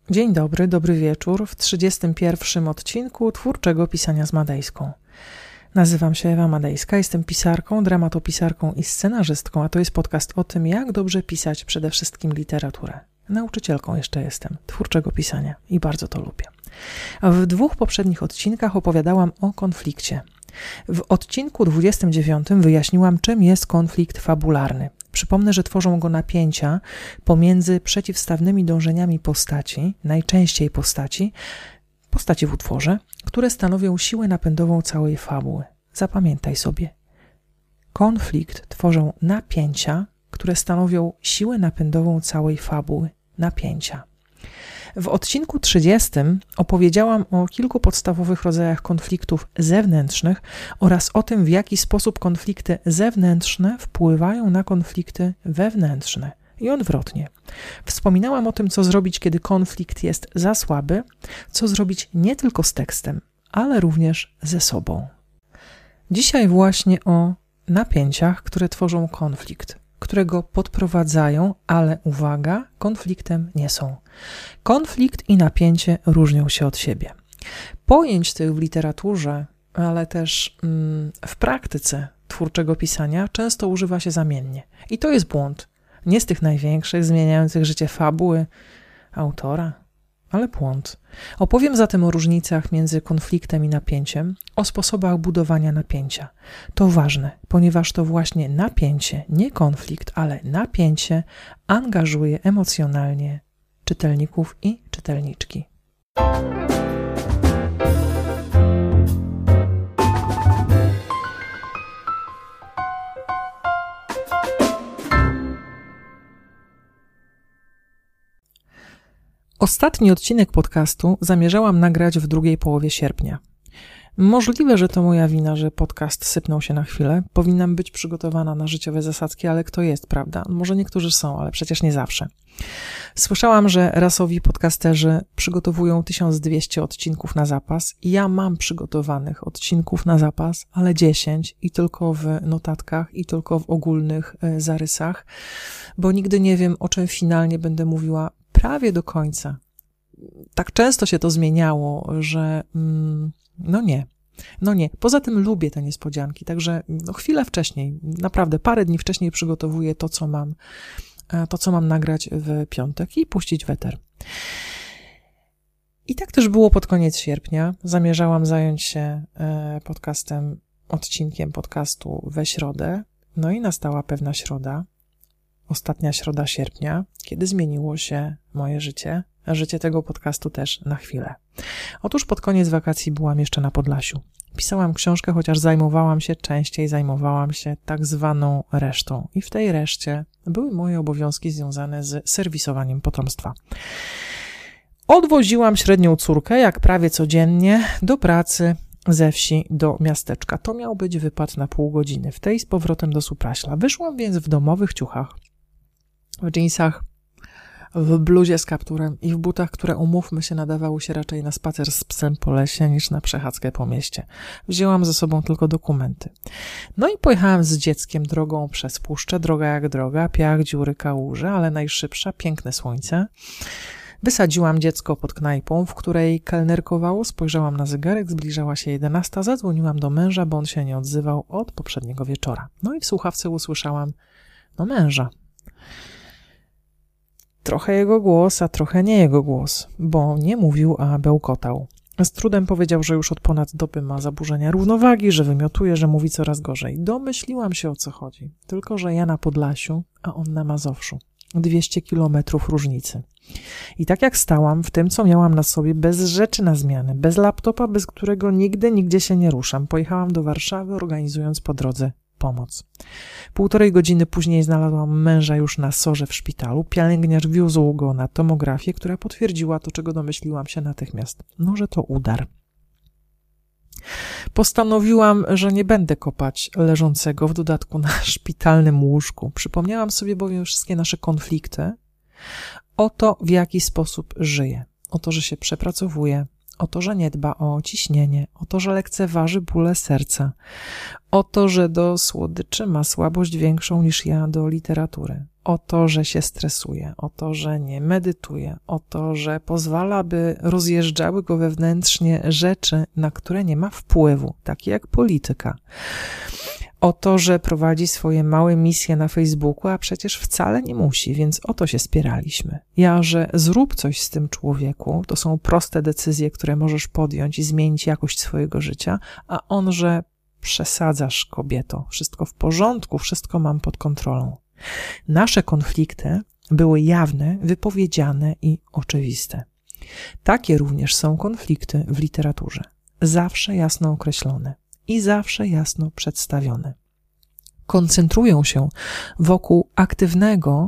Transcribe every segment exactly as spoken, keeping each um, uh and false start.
Dzień dobry, dobry wieczór w trzydziestym pierwszym odcinku Twórczego Pisania z Madejską. Nazywam się Ewa Madejska, jestem pisarką, dramatopisarką i scenarzystką, a to jest podcast o tym, jak dobrze pisać przede wszystkim literaturę. Nauczycielką jeszcze jestem twórczego pisania i bardzo to lubię. W dwóch poprzednich odcinkach opowiadałam o konflikcie. W odcinku dwudziestym dziewiątym wyjaśniłam, czym jest konflikt fabularny. Przypomnę, że tworzą go napięcia pomiędzy przeciwstawnymi dążeniami postaci, najczęściej postaci, postaci w utworze, które stanowią siłę napędową całej fabuły. Zapamiętaj sobie. Konflikt tworzą napięcia, które stanowią siłę napędową całej fabuły. Napięcia. W odcinku trzydziestym opowiedziałam o kilku podstawowych rodzajach konfliktów zewnętrznych oraz o tym, w jaki sposób konflikty zewnętrzne wpływają na konflikty wewnętrzne i odwrotnie. Wspominałam o tym, co zrobić, kiedy konflikt jest za słaby, co zrobić nie tylko z tekstem, ale również ze sobą. Dzisiaj właśnie o napięciach, które tworzą konflikt, które go podprowadzają, ale uwaga, konfliktem nie są. Konflikt i napięcie różnią się od siebie. Pojęć tych w literaturze, ale też mm, w praktyce twórczego pisania często używa się zamiennie. I to jest błąd. Nie z tych największych, zmieniających życie fabuły autora, ale błąd. Opowiem zatem o różnicach między konfliktem i napięciem, o sposobach budowania napięcia. To ważne, ponieważ to właśnie napięcie, nie konflikt, ale napięcie angażuje emocjonalnie czytelników i czytelniczki. Ostatni odcinek podcastu zamierzałam nagrać w drugiej połowie sierpnia. Możliwe, że to moja wina, że podcast sypnął się na chwilę. Powinnam być przygotowana na życiowe zasadzki, ale kto jest, prawda? Może niektórzy są, ale przecież nie zawsze. Słyszałam, że rasowi podcasterzy przygotowują tysiąc dwieście odcinków na zapas i ja mam przygotowanych odcinków na zapas, ale dziesięć i tylko w notatkach i tylko w ogólnych zarysach, bo nigdy nie wiem, o czym finalnie będę mówiła prawie do końca. Tak często się to zmieniało, że mm, no nie, no nie. Poza tym lubię te niespodzianki, także no chwilę wcześniej, naprawdę parę dni wcześniej przygotowuję to, co mam, to, co mam nagrać w piątek i puścić w eter. I tak też było pod koniec sierpnia. Zamierzałam zająć się podcastem, odcinkiem podcastu we środę, no i nastała pewna środa, ostatnia środa sierpnia, kiedy zmieniło się moje życie, a życie tego podcastu też na chwilę. Otóż pod koniec wakacji byłam jeszcze na Podlasiu. Pisałam książkę, chociaż zajmowałam się, częściej zajmowałam się tak zwaną resztą. I w tej reszcie były moje obowiązki związane z serwisowaniem potomstwa. Odwoziłam średnią córkę, jak prawie codziennie, do pracy ze wsi do miasteczka. To miał być wypad na pół godziny, w tej z powrotem do Supraśla. Wyszłam więc w domowych ciuchach, w dżinsach, w bluzie z kapturem i w butach, które, umówmy się, nadawały się raczej na spacer z psem po lesie niż na przechadzkę po mieście. Wzięłam ze sobą tylko dokumenty. No i pojechałam z dzieckiem drogą przez puszczę, droga jak droga, piach, dziury, kałuże, ale najszybsza, piękne słońce. Wysadziłam dziecko pod knajpą, w której kelnerkowało, spojrzałam na zegarek, zbliżała się jedenasta, zadzwoniłam do męża, bo on się nie odzywał od poprzedniego wieczora. No i w słuchawce usłyszałam, no męża. Trochę jego głos, a trochę nie jego głos, bo nie mówił, a bełkotał. Z trudem powiedział, że już od ponad doby ma zaburzenia równowagi, że wymiotuje, że mówi coraz gorzej. Domyśliłam się, o co chodzi. Tylko że ja na Podlasiu, a on na Mazowszu. dwieście kilometrów różnicy. I tak jak stałam w tym, co miałam na sobie, bez rzeczy na zmianę, bez laptopa, bez którego nigdy, nigdzie się nie ruszam, pojechałam do Warszawy, organizując po drodze pomoc. Półtorej godziny później znalazłam męża już na sorze w szpitalu. Pielęgniarz wiózł go na tomografię, która potwierdziła to, czego domyśliłam się natychmiast. No, że to udar. Postanowiłam, że nie będę kopać leżącego, w dodatku na szpitalnym łóżku. Przypomniałam sobie bowiem wszystkie nasze konflikty, o to, w jaki sposób żyje, o to, że się przepracowuje, o to, że nie dba o ciśnienie, o to, że lekceważy bóle serca, o to, że do słodyczy ma słabość większą niż ja do literatury, o to, że się stresuje, o to, że nie medytuje, o to, że pozwala, by rozjeżdżały go wewnętrznie rzeczy, na które nie ma wpływu, takie jak polityka. O to, że prowadzi swoje małe misje na Facebooku, a przecież wcale nie musi, więc o to się spieraliśmy. Ja, że zrób coś z tym człowieku, to są proste decyzje, które możesz podjąć i zmienić jakość swojego życia, a on, że przesadzasz, kobieto, wszystko w porządku, wszystko mam pod kontrolą. Nasze konflikty były jawne, wypowiedziane i oczywiste. Takie również są konflikty w literaturze. Zawsze jasno określone i zawsze jasno przedstawione. Koncentrują się wokół aktywnego,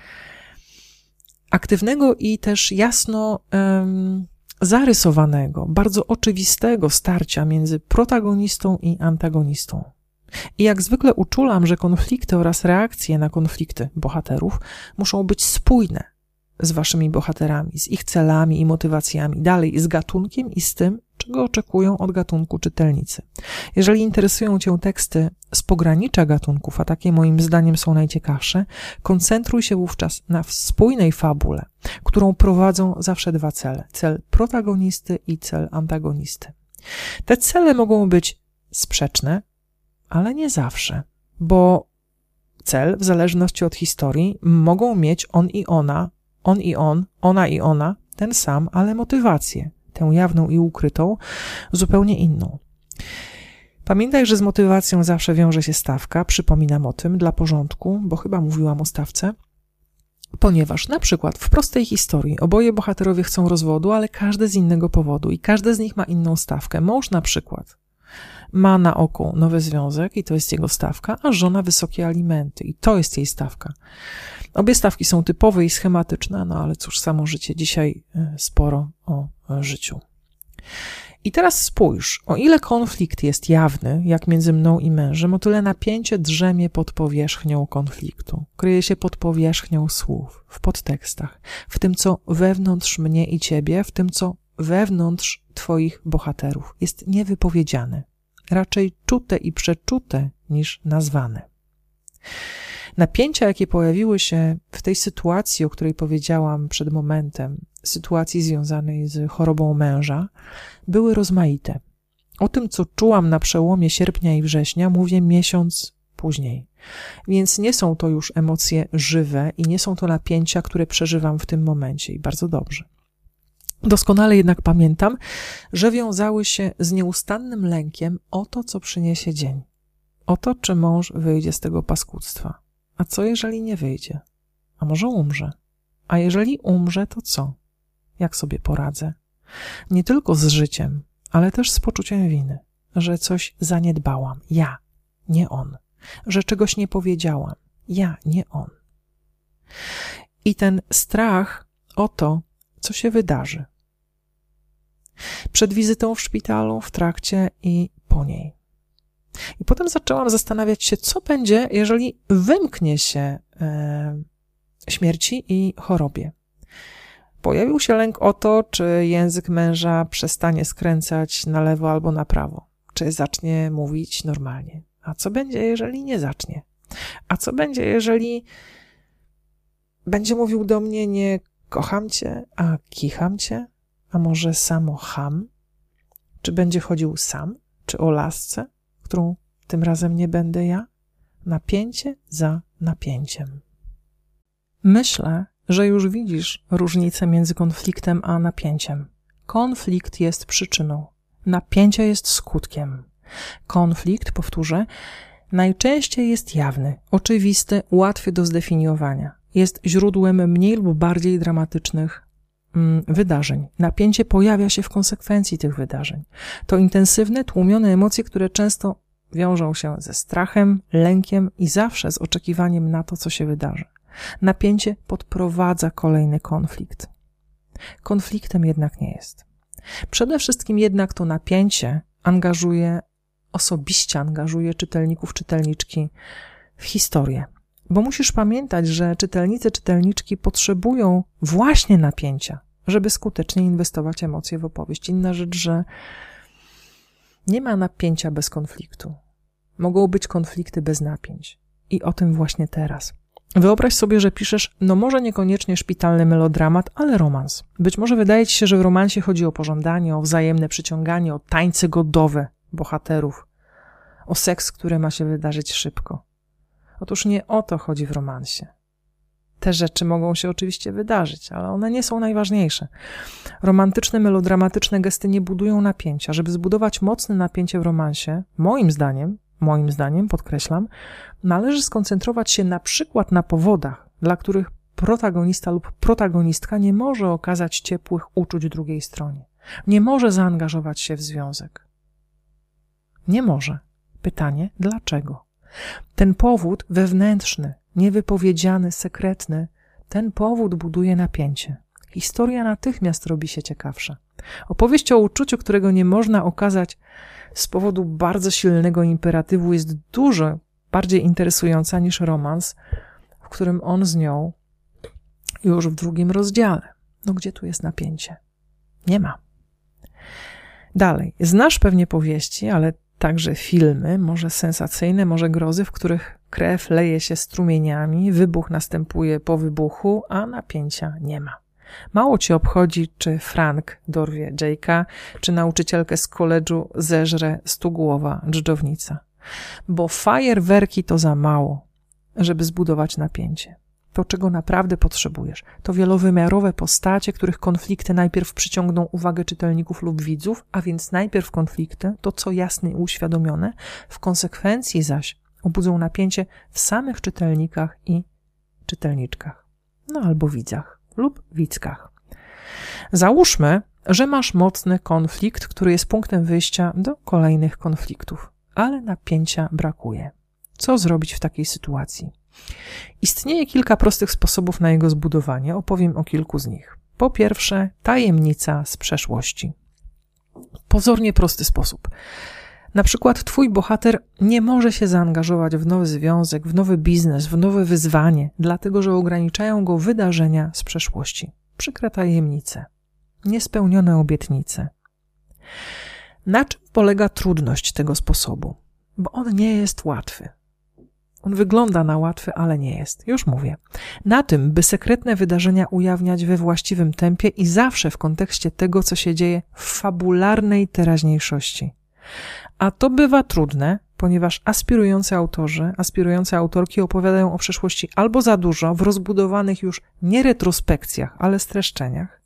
aktywnego i też jasno um, zarysowanego, bardzo oczywistego starcia między protagonistą i antagonistą. I jak zwykle uczulam, że konflikty oraz reakcje na konflikty bohaterów muszą być spójne z waszymi bohaterami, z ich celami i motywacjami, dalej z gatunkiem i z tym, czego oczekują od gatunku czytelnicy. Jeżeli interesują cię teksty z pogranicza gatunków, a takie moim zdaniem są najciekawsze, koncentruj się wówczas na spójnej fabule, którą prowadzą zawsze dwa cele. Cel protagonisty i cel antagonisty. Te cele mogą być sprzeczne, ale nie zawsze, bo cel, w zależności od historii, mogą mieć on i ona, on i on, ona i ona, ten sam, ale motywację, tę jawną i ukrytą, zupełnie inną. Pamiętaj, że z motywacją zawsze wiąże się stawka, przypominam o tym dla porządku, bo chyba mówiłam o stawce, ponieważ na przykład w prostej historii oboje bohaterowie chcą rozwodu, ale każdy z innego powodu i każdy z nich ma inną stawkę. Mąż na przykład ma na oku nowy związek i to jest jego stawka, a żona wysokie alimenty i to jest jej stawka. Obie stawki są typowe i schematyczne, no ale cóż, samo życie. Dzisiaj sporo o życiu. I teraz spójrz, o ile konflikt jest jawny, jak między mną i mężem, o tyle napięcie drzemie pod powierzchnią konfliktu. Kryje się pod powierzchnią słów, w podtekstach, w tym, co wewnątrz mnie i ciebie, w tym, co wewnątrz twoich bohaterów. Jest niewypowiedziane, raczej czute i przeczute niż nazwane. Napięcia, jakie pojawiły się w tej sytuacji, o której powiedziałam przed momentem, sytuacji związanej z chorobą męża, były rozmaite. O tym, co czułam na przełomie sierpnia i września, mówię miesiąc później. Więc nie są to już emocje żywe i nie są to napięcia, które przeżywam w tym momencie i bardzo dobrze. Doskonale jednak pamiętam, że wiązały się z nieustannym lękiem o to, co przyniesie dzień. O to, czy mąż wyjdzie z tego paskudztwa. A co jeżeli nie wyjdzie? A może umrze? A jeżeli umrze, to co? Jak sobie poradzę? Nie tylko z życiem, ale też z poczuciem winy, że coś zaniedbałam. Ja, nie on. Że czegoś nie powiedziałam. Ja, nie on. I ten strach o to, co się wydarzy. Przed wizytą w szpitalu, w trakcie i po niej. I potem zaczęłam zastanawiać się, co będzie, jeżeli wymknie się e, śmierci i chorobie. Pojawił się lęk o to, czy język męża przestanie skręcać na lewo albo na prawo, czy zacznie mówić normalnie. A co będzie, jeżeli nie zacznie? A co będzie, jeżeli będzie mówił do mnie nie kocham cię, a kicham cię? A może samo cham? Czy będzie chodził sam? Czy o lasce, którą tym razem nie będę ja? Napięcie za napięciem. Myślę, że już widzisz różnicę między konfliktem a napięciem. Konflikt jest przyczyną, napięcie jest skutkiem. Konflikt, powtórzę, najczęściej jest jawny, oczywisty, łatwy do zdefiniowania. Jest źródłem mniej lub bardziej dramatycznych mm, wydarzeń. Napięcie pojawia się w konsekwencji tych wydarzeń. To intensywne, tłumione emocje, które często wiążą się ze strachem, lękiem i zawsze z oczekiwaniem na to, co się wydarzy. Napięcie podprowadza kolejny konflikt. Konfliktem jednak nie jest. Przede wszystkim jednak to napięcie angażuje, osobiście angażuje czytelników, czytelniczki w historię. Bo musisz pamiętać, że czytelnicy, czytelniczki potrzebują właśnie napięcia, żeby skutecznie inwestować emocje w opowieść. Inna rzecz, że nie ma napięcia bez konfliktu. Mogą być konflikty bez napięć. I o tym właśnie teraz. Wyobraź sobie, że piszesz, no może niekoniecznie szpitalny melodramat, ale romans. Być może wydaje ci się, że w romansie chodzi o pożądanie, o wzajemne przyciąganie, o tańce godowe bohaterów, o seks, który ma się wydarzyć szybko. Otóż nie o to chodzi w romansie. Te rzeczy mogą się oczywiście wydarzyć, ale one nie są najważniejsze. Romantyczne, melodramatyczne gesty nie budują napięcia. Żeby zbudować mocne napięcie w romansie, moim zdaniem, moim zdaniem, podkreślam, należy skoncentrować się na przykład na powodach, dla których protagonista lub protagonistka nie może okazać ciepłych uczuć drugiej stronie. Nie może zaangażować się w związek. Nie może. Pytanie, dlaczego? Ten powód wewnętrzny, niewypowiedziany, sekretny, ten powód buduje napięcie. Historia natychmiast robi się ciekawsza. Opowieść o uczuciu, którego nie można okazać z powodu bardzo silnego imperatywu, jest dużo bardziej interesująca niż romans, w którym on z nią już w drugim rozdziale. No gdzie tu jest napięcie? Nie ma. Dalej. Znasz pewnie powieści, ale także filmy, może sensacyjne, może grozy, w których krew leje się strumieniami, wybuch następuje po wybuchu, a napięcia nie ma. Mało ci obchodzi, czy Frank dorwie Jake'a, czy nauczycielkę z koledżu zeżre stugłowa dżdżownica. Bo fajerwerki to za mało, żeby zbudować napięcie. To, czego naprawdę potrzebujesz, to wielowymiarowe postacie, których konflikty najpierw przyciągną uwagę czytelników lub widzów, a więc najpierw konflikty, to co jasne i uświadomione, w konsekwencji zaś obudzą napięcie w samych czytelnikach i czytelniczkach. No albo widzach lub widzkach. Załóżmy, że masz mocny konflikt, który jest punktem wyjścia do kolejnych konfliktów, ale napięcia brakuje. Co zrobić w takiej sytuacji? Istnieje kilka prostych sposobów na jego zbudowanie, opowiem o kilku z nich. Po pierwsze, tajemnica z przeszłości. Pozornie prosty sposób. Na przykład twój bohater nie może się zaangażować w nowy związek, w nowy biznes, w nowe wyzwanie, dlatego że ograniczają go wydarzenia z przeszłości. Przykre tajemnice, niespełnione obietnice. Na czym polega trudność tego sposobu? Bo on nie jest łatwy. On wygląda na łatwy, ale nie jest. Już mówię. Na tym, by sekretne wydarzenia ujawniać we właściwym tempie i zawsze w kontekście tego, co się dzieje w fabularnej teraźniejszości. A to bywa trudne, ponieważ aspirujący autorzy, aspirujące autorki opowiadają o przeszłości albo za dużo, w rozbudowanych już nie retrospekcjach, ale streszczeniach,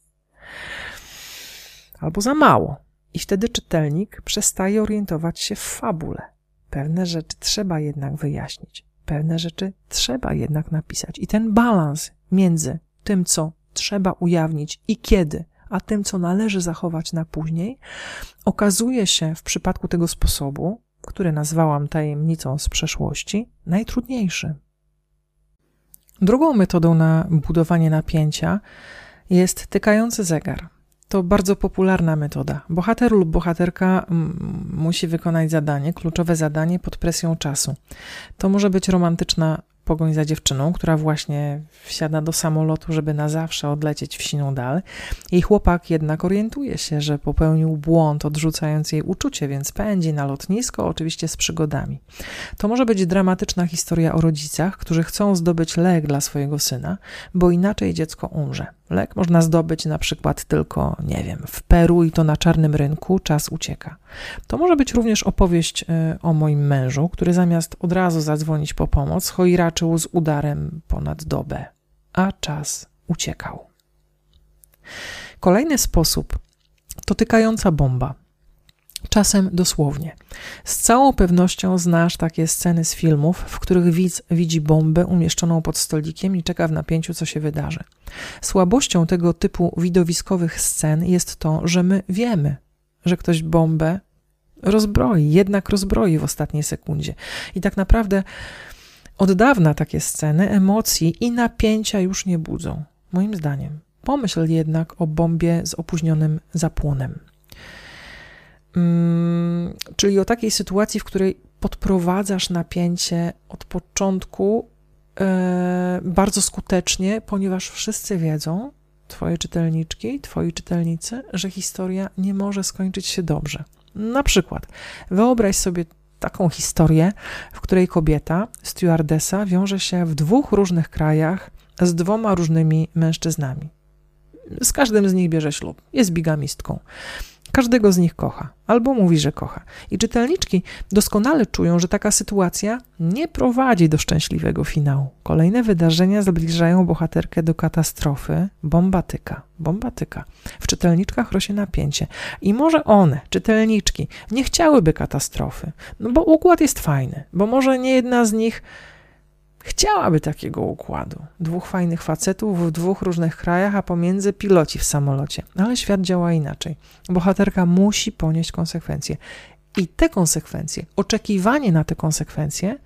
albo za mało. I wtedy czytelnik przestaje orientować się w fabule. Pewne rzeczy trzeba jednak wyjaśnić. Pewne rzeczy trzeba jednak napisać. I ten balans między tym, co trzeba ujawnić i kiedy, a tym, co należy zachować na później, okazuje się w przypadku tego sposobu, który nazwałam tajemnicą z przeszłości, najtrudniejszy. Drugą metodą na budowanie napięcia jest tykający zegar. To bardzo popularna metoda. Bohater lub bohaterka m, musi wykonać zadanie, kluczowe zadanie pod presją czasu. To może być romantyczna pogoń za dziewczyną, która właśnie wsiada do samolotu, żeby na zawsze odlecieć w siną dal. Jej chłopak jednak orientuje się, że popełnił błąd, odrzucając jej uczucie, więc pędzi na lotnisko, oczywiście z przygodami. To może być dramatyczna historia o rodzicach, którzy chcą zdobyć lek dla swojego syna, bo inaczej dziecko umrze. Lek można zdobyć na przykład tylko, nie wiem, w Peru i to na czarnym rynku, czas ucieka. To może być również opowieść y, o moim mężu, który zamiast od razu zadzwonić po pomoc, choiraczył z udarem ponad dobę, a czas uciekał. Kolejny sposób to tykająca bomba. Czasem dosłownie. Z całą pewnością znasz takie sceny z filmów, w których widz widzi bombę umieszczoną pod stolikiem i czeka w napięciu, co się wydarzy. Słabością tego typu widowiskowych scen jest to, że my wiemy, że ktoś bombę rozbroi, jednak rozbroi w ostatniej sekundzie. I tak naprawdę od dawna takie sceny emocji i napięcia już nie budzą, moim zdaniem. Pomyśl jednak o bombie z opóźnionym zapłonem. Hmm, czyli o takiej sytuacji, w której podprowadzasz napięcie od początku e, bardzo skutecznie, ponieważ wszyscy wiedzą, twoje czytelniczki, twoi czytelnicy, że historia nie może skończyć się dobrze. Na przykład wyobraź sobie taką historię, w której kobieta, stewardesa, wiąże się w dwóch różnych krajach z dwoma różnymi mężczyznami. Z każdym z nich bierze ślub. Jest bigamistką. Każdego z nich kocha, albo mówi, że kocha. I czytelniczki doskonale czują, że taka sytuacja nie prowadzi do szczęśliwego finału. Kolejne wydarzenia zbliżają bohaterkę do katastrofy. Bomba tyka, bomba tyka. W czytelniczkach rośnie napięcie. I może one, czytelniczki, nie chciałyby katastrofy, no bo układ jest fajny, bo może nie jedna z nich chciałaby takiego układu. Dwóch fajnych facetów w dwóch różnych krajach, a pomiędzy piloci w samolocie. Ale świat działa inaczej. Bohaterka musi ponieść konsekwencje. I te konsekwencje, oczekiwanie na te konsekwencje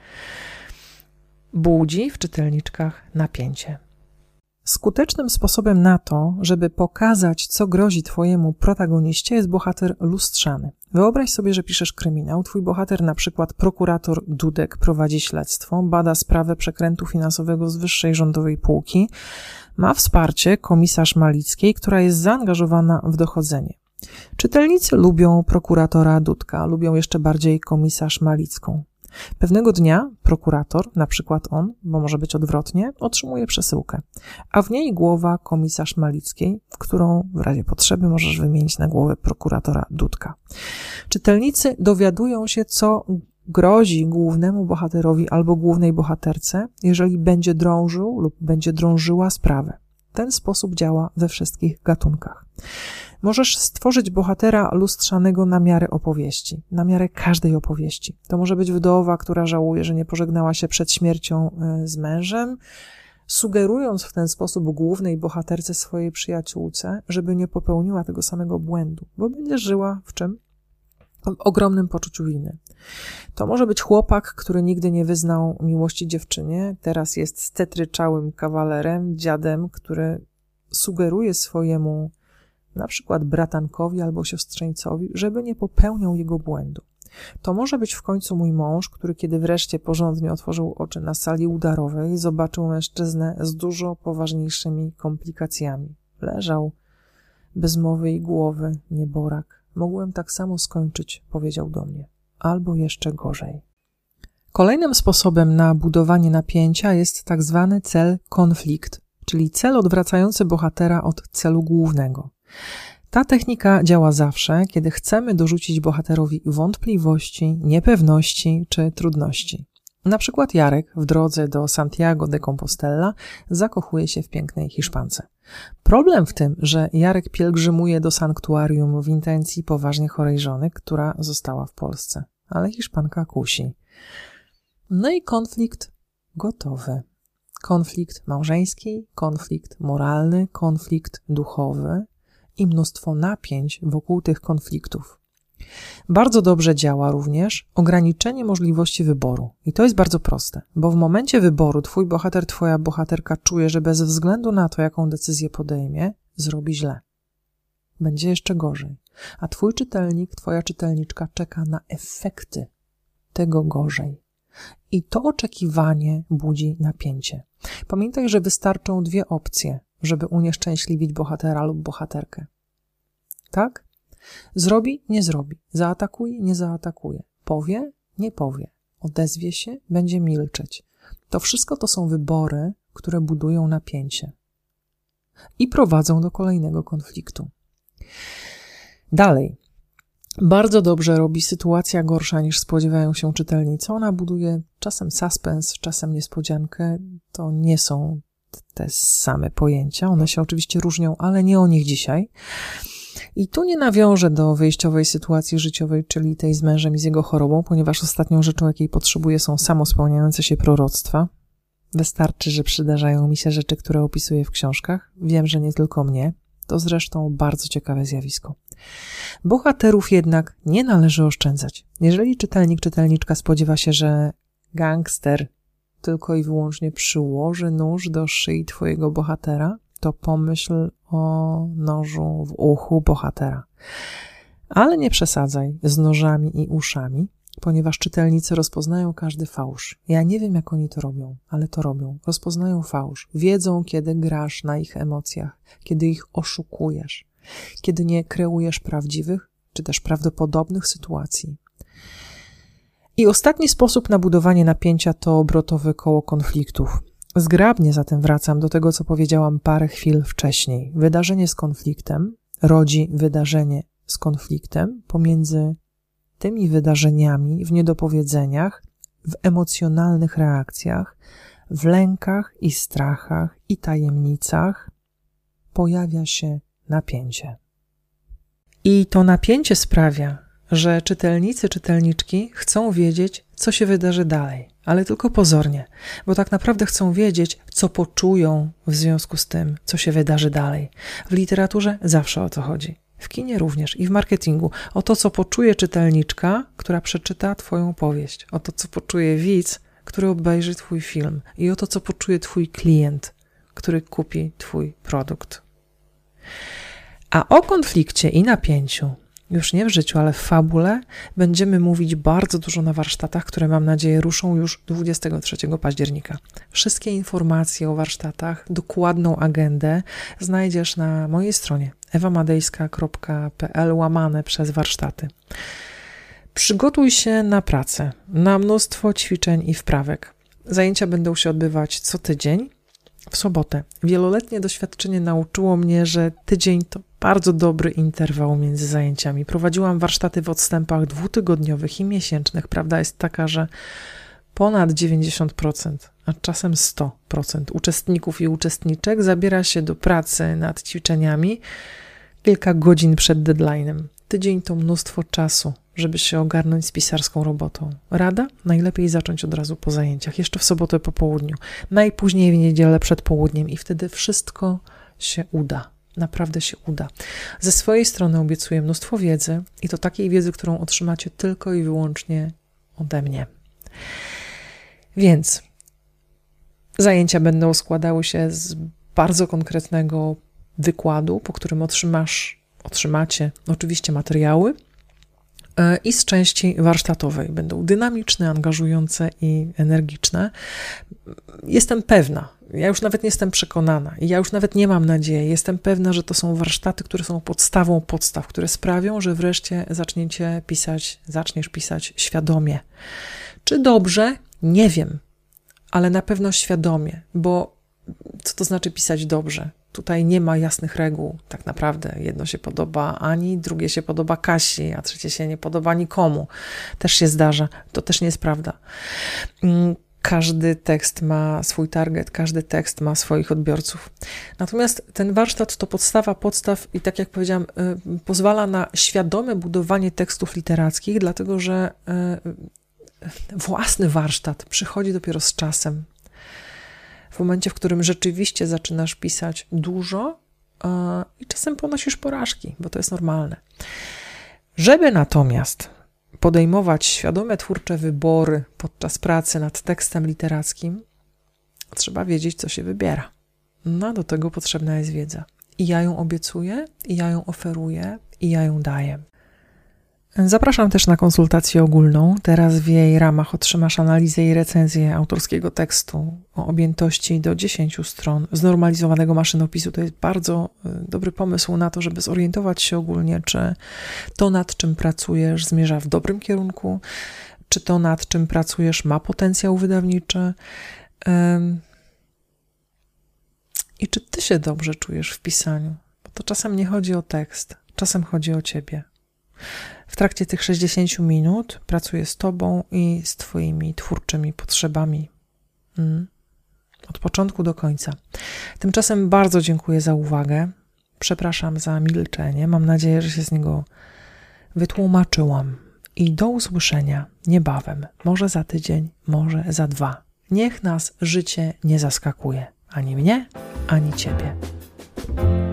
budzi w czytelniczkach napięcie. Skutecznym sposobem na to, żeby pokazać, co grozi twojemu protagoniście, jest bohater lustrzany. Wyobraź sobie, że piszesz kryminał. Twój bohater, na przykład prokurator Dudek, prowadzi śledztwo, bada sprawę przekrętu finansowego z wyższej rządowej półki, ma wsparcie komisarz Malickiej, która jest zaangażowana w dochodzenie. Czytelnicy lubią prokuratora Dudka, lubią jeszcze bardziej komisarz Malicką. Pewnego dnia prokurator, na przykład on, bo może być odwrotnie, otrzymuje przesyłkę, a w niej głowa komisarz Malickiej, którą w razie potrzeby możesz wymienić na głowę prokuratora Dudka. Czytelnicy dowiadują się, co grozi głównemu bohaterowi albo głównej bohaterce, jeżeli będzie drążył lub będzie drążyła sprawę. Ten sposób działa we wszystkich gatunkach. Możesz stworzyć bohatera lustrzanego na miarę opowieści, na miarę każdej opowieści. To może być wdowa, która żałuje, że nie pożegnała się przed śmiercią z mężem, sugerując w ten sposób głównej bohaterce swojej przyjaciółce, żeby nie popełniła tego samego błędu, bo będzie żyła w czym? W ogromnym poczuciu winy. To może być chłopak, który nigdy nie wyznał miłości dziewczynie, teraz jest stetryczałym kawalerem, dziadem, który sugeruje swojemu na przykład bratankowi albo siostrzeńcowi, żeby nie popełniał jego błędu. To może być w końcu mój mąż, który kiedy wreszcie porządnie otworzył oczy na sali udarowej, zobaczył mężczyznę z dużo poważniejszymi komplikacjami. Leżał bez mowy i głowy, nieborak. Mogłem tak samo skończyć, powiedział do mnie. Albo jeszcze gorzej. Kolejnym sposobem na budowanie napięcia jest tak zwany cel konflikt, czyli cel odwracający bohatera od celu głównego. Ta technika działa zawsze, kiedy chcemy dorzucić bohaterowi wątpliwości, niepewności czy trudności. Na przykład Jarek w drodze do Santiago de Compostela zakochuje się w pięknej Hiszpance. Problem w tym, że Jarek pielgrzymuje do sanktuarium w intencji poważnie chorej żony, która została w Polsce, ale Hiszpanka kusi. No i konflikt gotowy. Konflikt małżeński, konflikt moralny, konflikt duchowy i mnóstwo napięć wokół tych konfliktów. Bardzo dobrze działa również ograniczenie możliwości wyboru. I to jest bardzo proste, bo w momencie wyboru twój bohater, twoja bohaterka czuje, że bez względu na to, jaką decyzję podejmie, zrobi źle. Będzie jeszcze gorzej. A twój czytelnik, twoja czytelniczka czeka na efekty tego gorzej. I to oczekiwanie budzi napięcie. Pamiętaj, że wystarczą dwie opcje, żeby unieszczęśliwić bohatera lub bohaterkę. Tak? Zrobi, nie zrobi. Zaatakuje, nie zaatakuje. Powie, nie powie. Odezwie się, będzie milczeć. To wszystko to są wybory, które budują napięcie i prowadzą do kolejnego konfliktu. Dalej. Bardzo dobrze robi sytuacja gorsza niż spodziewają się czytelnicy. Ona buduje czasem suspens, czasem niespodziankę. To nie są te same pojęcia. One się oczywiście różnią, ale nie o nich dzisiaj. I tu nie nawiążę do wyjściowej sytuacji życiowej, czyli tej z mężem i z jego chorobą, ponieważ ostatnią rzeczą, jakiej potrzebuję, są samospełniające się proroctwa. Wystarczy, że przydarzają mi się rzeczy, które opisuję w książkach. Wiem, że nie tylko mnie. To zresztą bardzo ciekawe zjawisko. Bohaterów jednak nie należy oszczędzać. Jeżeli czytelnik, czytelniczka spodziewa się, że gangster tylko i wyłącznie przyłoży nóż do szyi twojego bohatera, to pomyśl o nożu w uchu bohatera. Ale nie przesadzaj z nożami i uszami, ponieważ czytelnicy rozpoznają każdy fałsz. Ja nie wiem, jak oni to robią, ale to robią. Rozpoznają fałsz. Wiedzą, kiedy grasz na ich emocjach, kiedy ich oszukujesz, kiedy nie kreujesz prawdziwych, czy też prawdopodobnych sytuacji. I ostatni sposób na budowanie napięcia to obrotowe koło konfliktów. Zgrabnie zatem wracam do tego, co powiedziałam parę chwil wcześniej. Wydarzenie z konfliktem rodzi wydarzenie z konfliktem pomiędzy tymi wydarzeniami w niedopowiedzeniach, w emocjonalnych reakcjach, w lękach i strachach i tajemnicach pojawia się napięcie. I to napięcie sprawia, że czytelnicy, czytelniczki chcą wiedzieć, co się wydarzy dalej, ale tylko pozornie, bo tak naprawdę chcą wiedzieć, co poczują w związku z tym, co się wydarzy dalej. W literaturze zawsze o to chodzi. W kinie również i w marketingu. O to, co poczuje czytelniczka, która przeczyta twoją powieść. O to, co poczuje widz, który obejrzy twój film. I o to, co poczuje twój klient, który kupi twój produkt. A o konflikcie i napięciu, już nie w życiu, ale w fabule, będziemy mówić bardzo dużo na warsztatach, które mam nadzieję ruszą już dwudziestego trzeciego października. Wszystkie informacje o warsztatach, dokładną agendę znajdziesz na mojej stronie ewamadejska kropka pe el łamane przez warsztaty. Przygotuj się na pracę, na mnóstwo ćwiczeń i wprawek. Zajęcia będą się odbywać co tydzień, w sobotę. Wieloletnie doświadczenie nauczyło mnie, że tydzień to bardzo dobry interwał między zajęciami. Prowadziłam warsztaty w odstępach dwutygodniowych i miesięcznych. Prawda jest taka, że ponad dziewięćdziesiąt procent, a czasem sto procent uczestników i uczestniczek zabiera się do pracy nad ćwiczeniami kilka godzin przed deadline'em. Tydzień to mnóstwo czasu, żeby się ogarnąć z pisarską robotą. Rada? Najlepiej zacząć od razu po zajęciach, jeszcze w sobotę po południu, najpóźniej w niedzielę przed południem i wtedy wszystko się uda. Naprawdę się uda. Ze swojej strony obiecuję mnóstwo wiedzy i to takiej wiedzy, którą otrzymacie tylko i wyłącznie ode mnie. Więc zajęcia będą składały się z bardzo konkretnego wykładu, po którym otrzymasz, otrzymacie oczywiście materiały i z części warsztatowej. Będą dynamiczne, angażujące i energiczne. Jestem pewna, ja już nawet nie jestem przekonana, ja już nawet nie mam nadziei, jestem pewna, że to są warsztaty, które są podstawą podstaw, które sprawią, że wreszcie zaczniecie pisać, zaczniesz pisać świadomie. Czy dobrze? Nie wiem, ale na pewno świadomie, bo co to znaczy pisać dobrze? Tutaj nie ma jasnych reguł, tak naprawdę. Jedno się podoba Ani, drugie się podoba Kasi, a trzecie się nie podoba nikomu. Też się zdarza, to też nie jest prawda. Każdy tekst ma swój target, każdy tekst ma swoich odbiorców. Natomiast ten warsztat to podstawa podstaw i tak jak powiedziałam, y, pozwala na świadome budowanie tekstów literackich, dlatego że y, własny warsztat przychodzi dopiero z czasem. W momencie, w którym rzeczywiście zaczynasz pisać dużo yy, i czasem ponosisz porażki, bo to jest normalne. Żeby natomiast podejmować świadome twórcze wybory podczas pracy nad tekstem literackim, trzeba wiedzieć, co się wybiera. No, do tego potrzebna jest wiedza. I ja ją obiecuję, i ja ją oferuję, i ja ją daję. Zapraszam też na konsultację ogólną. Teraz w jej ramach otrzymasz analizę i recenzję autorskiego tekstu o objętości do dziesięciu stron znormalizowanego maszynopisu. To jest bardzo dobry pomysł na to, żeby zorientować się ogólnie, czy to, nad czym pracujesz, zmierza w dobrym kierunku, czy to, nad czym pracujesz, ma potencjał wydawniczy i czy ty się dobrze czujesz w pisaniu. Bo to czasem nie chodzi o tekst, czasem chodzi o ciebie. W trakcie tych sześćdziesięciu minut pracuję z tobą i z twoimi twórczymi potrzebami. Mm. Od początku do końca. Tymczasem bardzo dziękuję za uwagę. Przepraszam za milczenie. Mam nadzieję, że się z niego wytłumaczyłam. I do usłyszenia niebawem. Może za tydzień, może za dwa. Niech nas życie nie zaskakuje. Ani mnie, ani ciebie.